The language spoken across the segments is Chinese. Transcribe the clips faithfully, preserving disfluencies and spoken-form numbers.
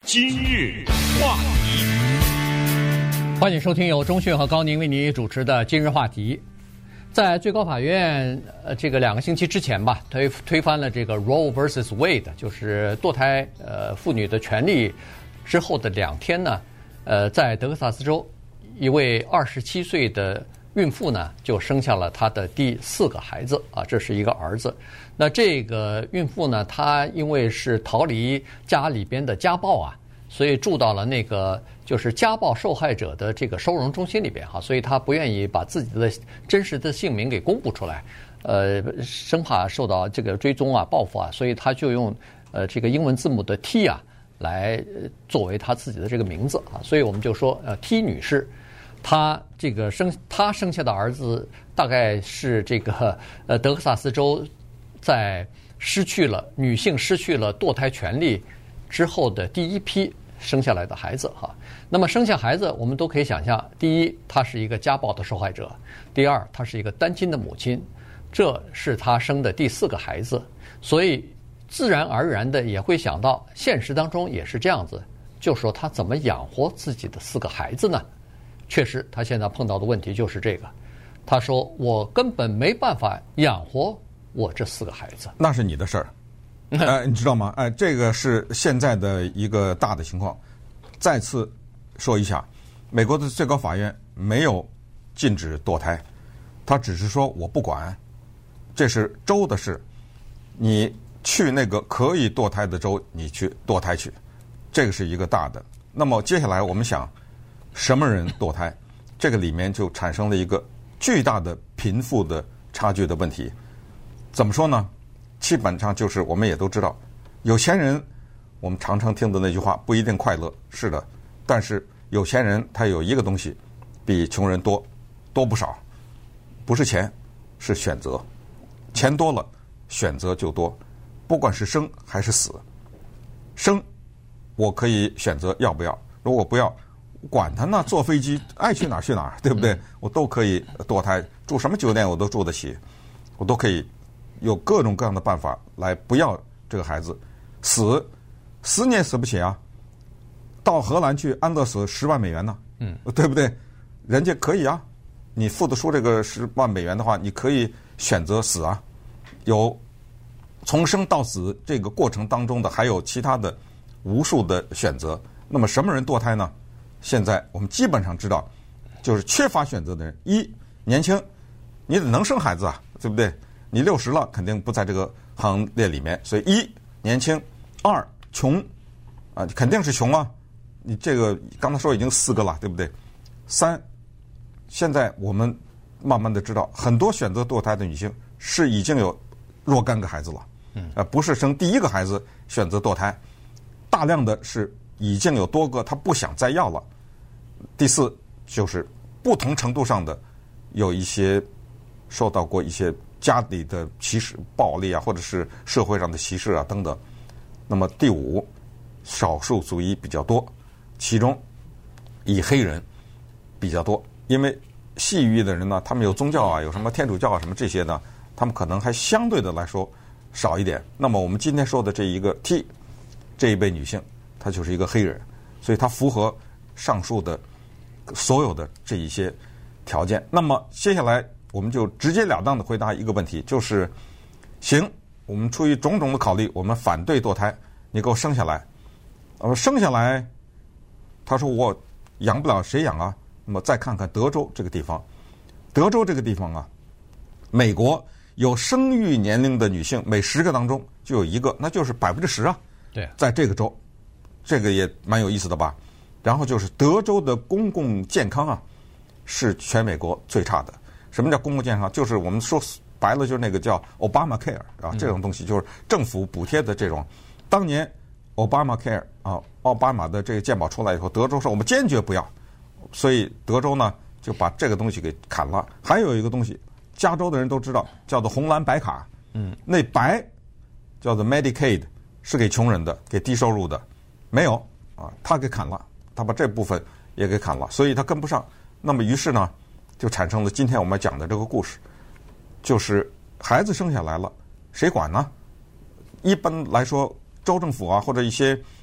今日话题， 欢迎收听由钟讯和高宁为你主持的今日话题。在最高法院呃这个两个星期之前吧，推推翻了这个 Roe versus Wade， 就是堕胎呃妇女的权利之后的两天呢，呃，在德克萨斯州，一位二十七岁的孕妇呢，就生下了她的第四个孩子啊，这是一个儿子。那这个孕妇呢，她因为是逃离家里边的家暴啊，所以住到了那个就是家暴受害者的这个收容中心里边哈，所以她不愿意把自己的真实的姓名给公布出来，呃，生怕受到这个追踪啊、报复啊，所以她就用呃这个英文字母的 T 啊来作为她自己的这个名字啊，所以我们就说呃 T 女士。她这个生她生下的儿子大概是这个呃德克萨斯州在失去了女性失去了堕胎权利之后的第一批生下来的孩子哈。那么生下孩子，我们都可以想象，第一，她是一个家暴的受害者；第二，她是一个单亲的母亲，这是她生的第四个孩子，所以自然而然的也会想到，现实当中也是这样子，就说她怎么养活自己的四个孩子呢？确实，他现在碰到的问题就是这个。他说：“我根本没办法养活我这四个孩子。” 那是你的事儿，哎，你知道吗？哎，这个是现在的一个大的情况。再次说一下，美国的最高法院没有禁止堕胎，他只是说我不管，这是州的事，你去那个可以堕胎的州，你去堕胎去，这个是一个大的。那么接下来我们想。什么人堕胎？这个里面就产生了一个巨大的贫富的差距的问题。怎么说呢？基本上就是我们也都知道，有钱人我们常常听的那句话不一定快乐，是的。但是有钱人他有一个东西比穷人多多不少，不是钱，是选择。钱多了，选择就多，不管是生还是死。生，我可以选择要不要，如果不要。管他呢，坐飞机爱去哪儿去哪儿，对不对？我都可以堕胎，住什么酒店我都住得起，我都可以有各种各样的办法来不要这个孩子。死，死你也死不起啊！到荷兰去安乐死十万美元呢，嗯，对不对？人家可以啊，你付得出这个十万美元的话，你可以选择死啊。有从生到死这个过程当中的还有其他的无数的选择。那么什么人堕胎呢？现在我们基本上知道，就是缺乏选择的人。一，年轻，你得能生孩子啊，对不对？你六十了，肯定不在这个行列里面。所以一，年轻；二，穷，啊，肯定是穷啊。你这个刚才说已经四个了，对不对？三，现在我们慢慢的知道，很多选择堕胎的女性是已经有若干个孩子了，嗯，呃，不是生第一个孩子选择堕胎，大量的是。已经有多个他不想再要了。第四就是不同程度上的有一些受到过一些家里的歧视、暴力啊，或者是社会上的歧视啊等等。那么第五，少数族裔比较多，其中以黑人比较多，因为西裔的人呢，他们有宗教啊，有什么天主教啊什么这些呢，他们可能还相对的来说少一点。那么我们今天说的这一个 T 这一位女性。他就是一个黑人，所以他符合上述的所有的这一些条件。那么接下来我们就直截了当的回答一个问题，就是行，我们出于种种的考虑，我们反对堕胎，你给我生下来。呃，生下来，他说我养不了，谁养啊？那么再看看德州这个地方，德州这个地方啊，美国有生育年龄的女性每十个当中就有一个，那就是百分之十啊。 对， 在这个州。这个也蛮有意思的吧？然后就是德州的公共健康啊，是全美国最差的。什么叫公共健康？就是我们说白了，就是那个叫 Obamacare 啊，这种东西就是政府补贴的这种。当年 Obamacare 啊，奥巴马的这个健保出来以后，德州说我们坚决不要，所以德州呢就把这个东西给砍了。还有一个东西，加州的人都知道，叫做红蓝白卡。嗯，那白叫做 Medicaid 是给穷人的，给低收入的。没有啊，他给砍了，他把这部分也给砍了，所以他跟不上。那么于是呢，就产生了今天我们讲的这个故事，就是孩子生下来了，谁管呢？一般来说，州政府啊或者一些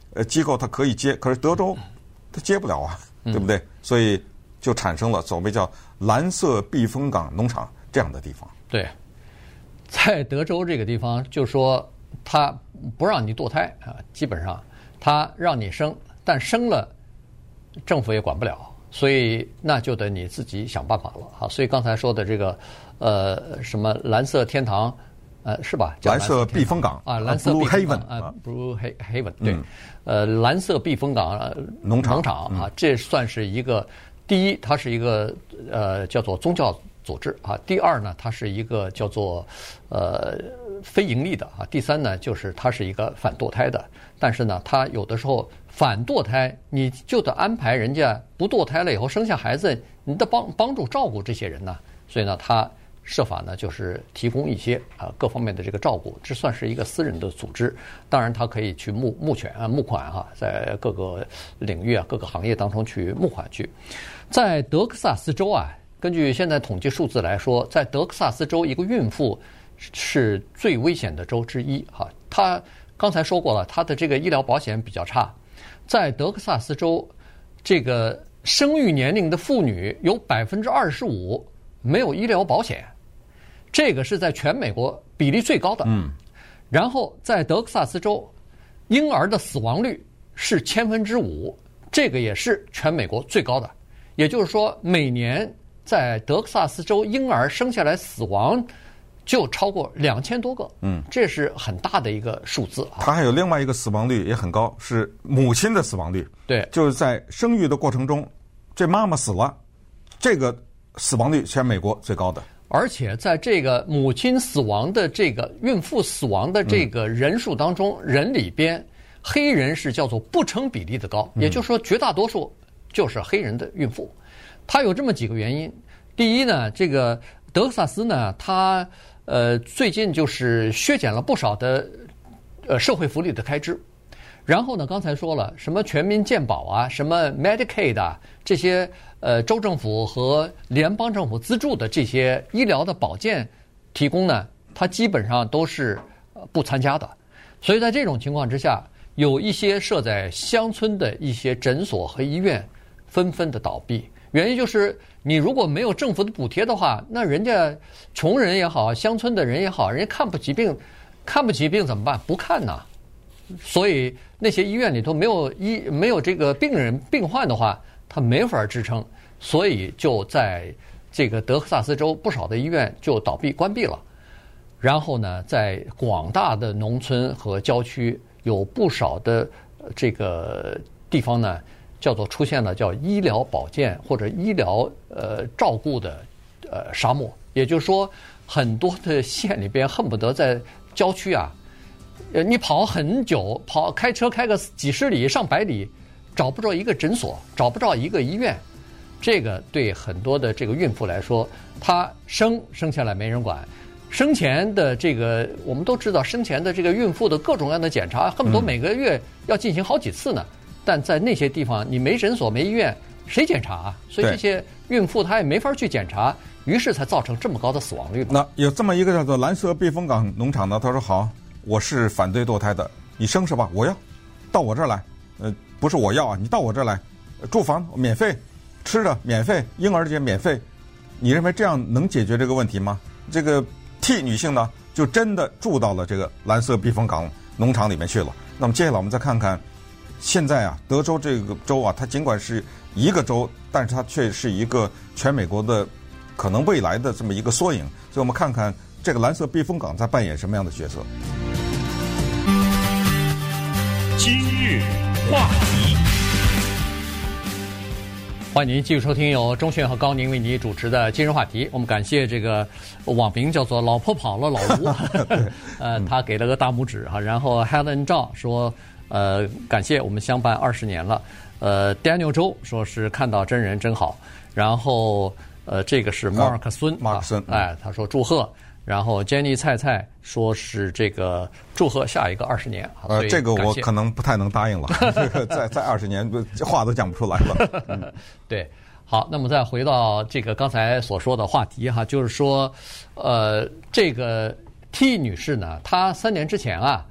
呃机构它可以接，可是德州它接不了啊，对不对？所以就产生了所谓叫蓝色避风港农场这样的地方。 对，在德州这个地方，就说他不让你堕胎啊，基本上他让你生，但生了政府也管不了，所以那就得你自己想办法了啊。所以刚才说的这个呃什么蓝色天堂。呃，是吧？ 蓝色避风港啊，蓝色避风港啊 ，Blue Haven， 对，嗯、呃，蓝色避风港、呃、 农场农场啊，这算是一个第一，它是一个呃叫做宗教组织啊；第二呢，它是一个叫做呃非盈利的啊；第三呢，就是它是一个反堕胎的。但是呢，它有的时候反堕胎，你就得安排人家不堕胎了以后生下孩子，你得帮帮助照顾这些人呢。所以呢，它。设法呢，就是提供一些啊各方面的这个照顾，这算是一个私人的组织。当然，他可以去募募权啊、募款哈、啊，在各个领域啊、各个行业当中去募款去。在德克萨斯州啊，根据现在统计数字来说，在德克萨斯州，一个孕妇是最危险的州之一哈。他刚才说过了，他的这个医疗保险比较差。在德克萨斯州，这个生育年龄的妇女有百分之二十五没有医疗保险。这个是在全美国比例最高的，嗯，然后在德克萨斯州，婴儿的死亡率是千分之五，这个也是全美国最高的。也就是说，每年在德克萨斯州婴儿生下来死亡就超过两千多个，嗯，这是很大的一个数字啊。 它还有另外一个死亡率也很高，是母亲的死亡率， 对， 就是在生育的过程中，这妈妈死了，这个死亡率全美国最高的。 而且在这个母亲死亡的这个孕妇死亡的这个人数当中，嗯、人里边黑人是叫做不成比例的高，也就是说绝大多数就是黑人的孕妇。它有这么几个原因。第一呢，这个德克萨斯呢，它呃最近就是削减了不少的呃社会福利的开支。然后呢，刚才说了什么全民健保啊，什么 Medicaid 啊，这些呃州政府和联邦政府资助的这些医疗的保健提供呢，它基本上都是不参加的。所以在这种情况之下，有一些设在乡村的一些诊所和医院纷纷的倒闭。原因就是你如果没有政府的补贴的话，那人家穷人也好，乡村的人也好，人家看不起病，看不起病怎么办？不看呐。所以那些医院里头没有医没有这个病人病患的话，他没法支撑，所以就在这个德克萨斯州不少的医院就倒闭关闭了。然后呢，在广大的农村和郊区，有不少的这个地方呢，叫做出现了叫医疗保健或者医疗呃照顾的呃沙漠。也就是说，很多的县里边恨不得在郊区啊。呃，你跑很久，跑开车开个几十里、上百里，找不着一个诊所，找不着一个医院。这个对很多的这个孕妇来说，她生生下来没人管，生前的这个我们都知道，生前的这个孕妇的各种各样的检查，恨不得每个月要进行好几次呢。但在那些地方，你没诊所、没医院，谁检查啊？所以这些孕妇她也没法去检查，于是才造成这么高的死亡率。 那有这么一个叫做蓝色避风港农场呢，他说好。我是反对堕胎的，你生是吧？我要到我这儿来，呃，不是我要啊，你到我这儿来，住房免费，吃的免费，婴儿节免费，你认为这样能解决这个问题吗？这个 T 女性呢，就真的住到了这个蓝色避风港农场里面去了。那么接下来我们再看看，现在啊，德州这个州啊，它尽管是一个州，但是它却是一个全美国的可能未来的这么一个缩影。所以我们看看这个蓝色避风港在扮演什么样的角色。 今日话题， 欢迎您继续收听由钟迅和高宁为你主持的今日话题。我们感谢这个网名叫做老婆跑了老吴，呃，他给了个大拇指哈。然后 Helen 赵说，呃，感谢我们相伴二十年了。呃 ，Daniel 周说是看到真人真好。然后呃，这个是 Mark 孙， 马克孙， 哎，他说祝贺。然后 Jenny 菜菜说是这个祝贺下一个二十年啊， 呃，这个我可能不太能答应了，这个再再二十年话都讲不出来了。嗯、 对，好，那么再回到这个刚才所说的话题哈，就是说，呃，这个 T 女士呢，她三年之前啊，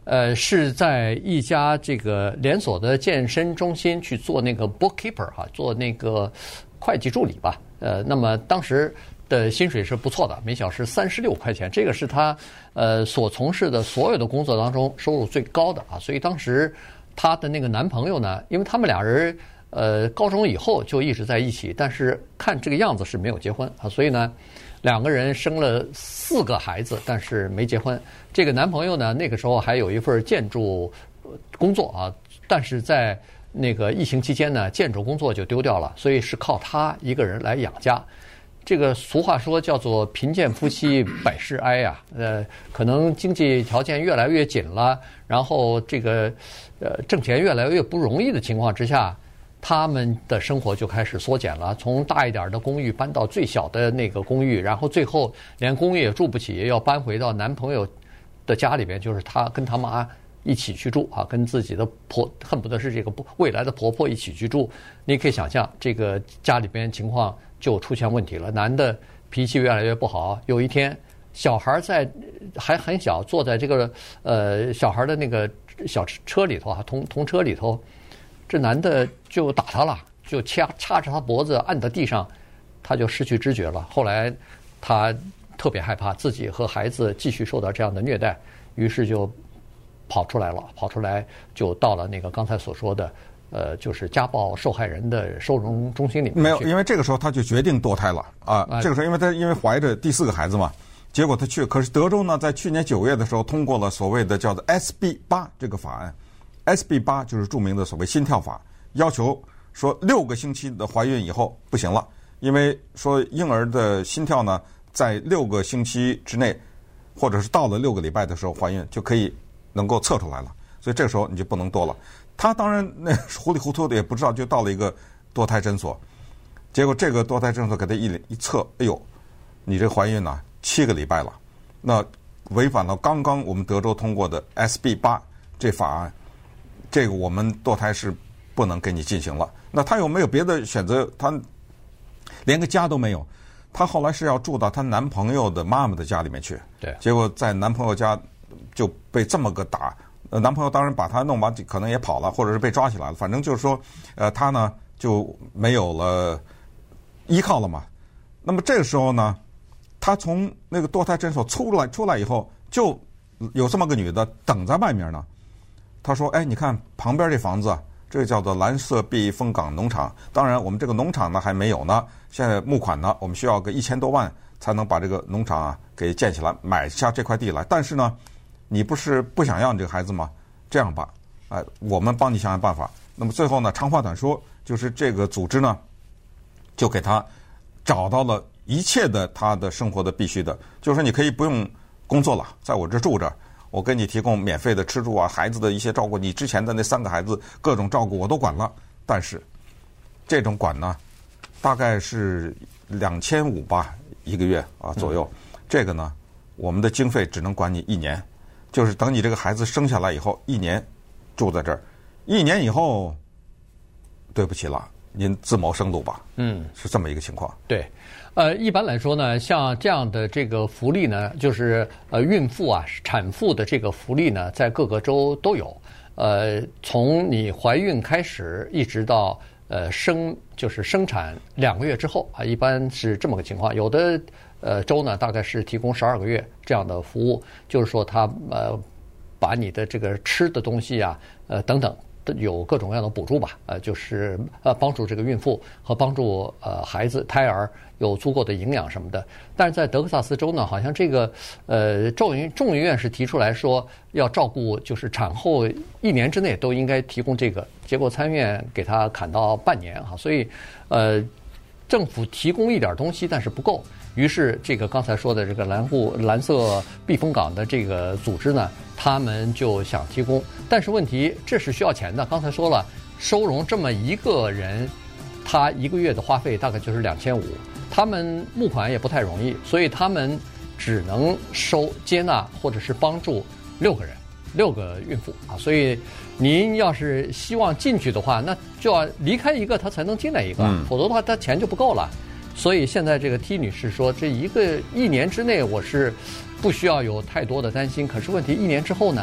呃，是在一家这个连锁的健身中心去做那个 bookkeeper 哈、啊，做那个会计助理吧。呃，那么当时的薪水是不错的，每小时三十六块钱，这个是他呃所从事的所有的工作当中收入最高的啊。所以当时他的那个男朋友呢，因为他们俩人呃高中以后就一直在一起，但是看这个样子是没有结婚啊，所以呢。两个人生了四个孩子，但是没结婚。这个男朋友呢，那个时候还有一份建筑工作啊，但是在那个疫情期间呢，建筑工作就丢掉了，所以是靠他一个人来养家。这个俗话说叫做贫贱夫妻百事哀呀、啊，呃，可能经济条件越来越紧了，然后这个呃挣钱越来越不容易的情况之下。他们的生活就开始缩减了，从大一点的公寓搬到最小的那个公寓，然后最后连公寓也住不起，要搬回到男朋友的家里边，就是他跟他妈一起去住啊，跟自己的婆恨不得是这个未来的婆婆一起去住。你可以想象，这个家里边情况就出现问题了，男的脾气越来越不好。有一天，小孩在还很小，坐在这个呃小孩的那个小车里头啊，童童车里头。这男的就打他了，就掐掐着他脖子按到地上，他就失去知觉了。后来他特别害怕自己和孩子继续受到这样的虐待，于是就跑出来了，跑出来就到了那个刚才所说的，呃，就是家暴受害人的收容中心里面。 没有，因为这个时候他就决定堕胎了啊。这个时候，因为他因为怀着第四个孩子嘛，结果他去，可是德州呢，在去年九月的时候通过了所谓的叫做 S B 八这个法案。S B 八就是著名的所谓心跳法，要求说六个星期的怀孕以后不行了，因为说婴儿的心跳呢，在六个星期之内，或者是到了六个礼拜的时候怀孕就可以能够测出来了，所以这个时候你就不能堕了。他当然那糊里糊涂的也不知道，就到了一个堕胎诊所，结果这个堕胎诊所给他一一测，哎呦，你这怀孕呢七个礼拜了，那违反了刚刚我们德州通过的 S B 八这法案。这个我们堕胎是不能给你进行了。那她有没有别的选择？她连个家都没有。她后来是要住到她男朋友的妈妈的家里面去。 对。 结果在男朋友家就被这么个打。呃，男朋友当然把她弄完，可能也跑了，或者是被抓起来了。反正就是说，呃，她呢就没有了依靠了嘛。那么这个时候呢，她从那个堕胎诊所出来出来以后，就有这么个女的等在外面呢。他说：“哎，你看旁边这房子，这个叫做蓝色避风港农场。当然，我们这个农场呢还没有呢，现在募款呢，我们需要个一千多万才能把这个农场啊给建起来，买下这块地来。但是呢，你不是不想要你这个孩子吗？这样吧，哎、呃，我们帮你想想办法。那么最后呢，长话短说，就是这个组织呢，就给他找到了一切的他的生活的必须的，就是说你可以不用工作了，在我这住着。”我给你提供免费的吃住啊，孩子的一些照顾，你之前的那三个孩子各种照顾我都管了，但是这种管呢，大概是两千五吧一个月啊左右。嗯、这个呢，我们的经费只能管你一年，就是等你这个孩子生下来以后，一年住在这儿，一年以后，对不起了，您自谋生路吧。嗯，是这么一个情况。 对。呃，一般来说呢，像这样的这个福利呢，就是呃，孕妇啊、产妇的这个福利呢，在各个州都有。呃，从你怀孕开始，一直到呃生，就是生产两个月之后啊，一般是这么个情况。有的呃州呢，大概是提供十二个月这样的服务，就是说他呃把你的这个吃的东西啊，呃等等。有各种各样的补助吧，呃，就是呃帮助这个孕妇和帮助呃孩子胎儿有足够的营养什么的。但是在德克萨斯州呢，好像这个呃众议众议院是提出来说要照顾，就是产后一年之内都应该提供这个，结果参议院给他砍到半年哈，所以呃政府提供一点东西，但是不够。于是，这个刚才说的这个蓝户蓝色避风港的这个组织呢，他们就想提供，但是问题这是需要钱的。刚才说了，收容这么一个人，他一个月的花费大概就是两千五，他们募款也不太容易，所以他们只能收接纳或者是帮助六个人，六个孕妇啊。所以您要是希望进去的话，那就要离开一个，他才能进来一个，嗯、否则的话，他钱就不够了。所以现在这个 T 女士说，这一个一年之内我是不需要有太多的担心。可是问题一年之后呢？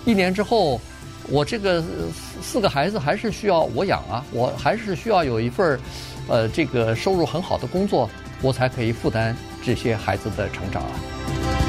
一年之后，我这个四个孩子还是需要我养啊，我还是需要有一份呃这个收入很好的工作，我才可以负担这些孩子的成长啊。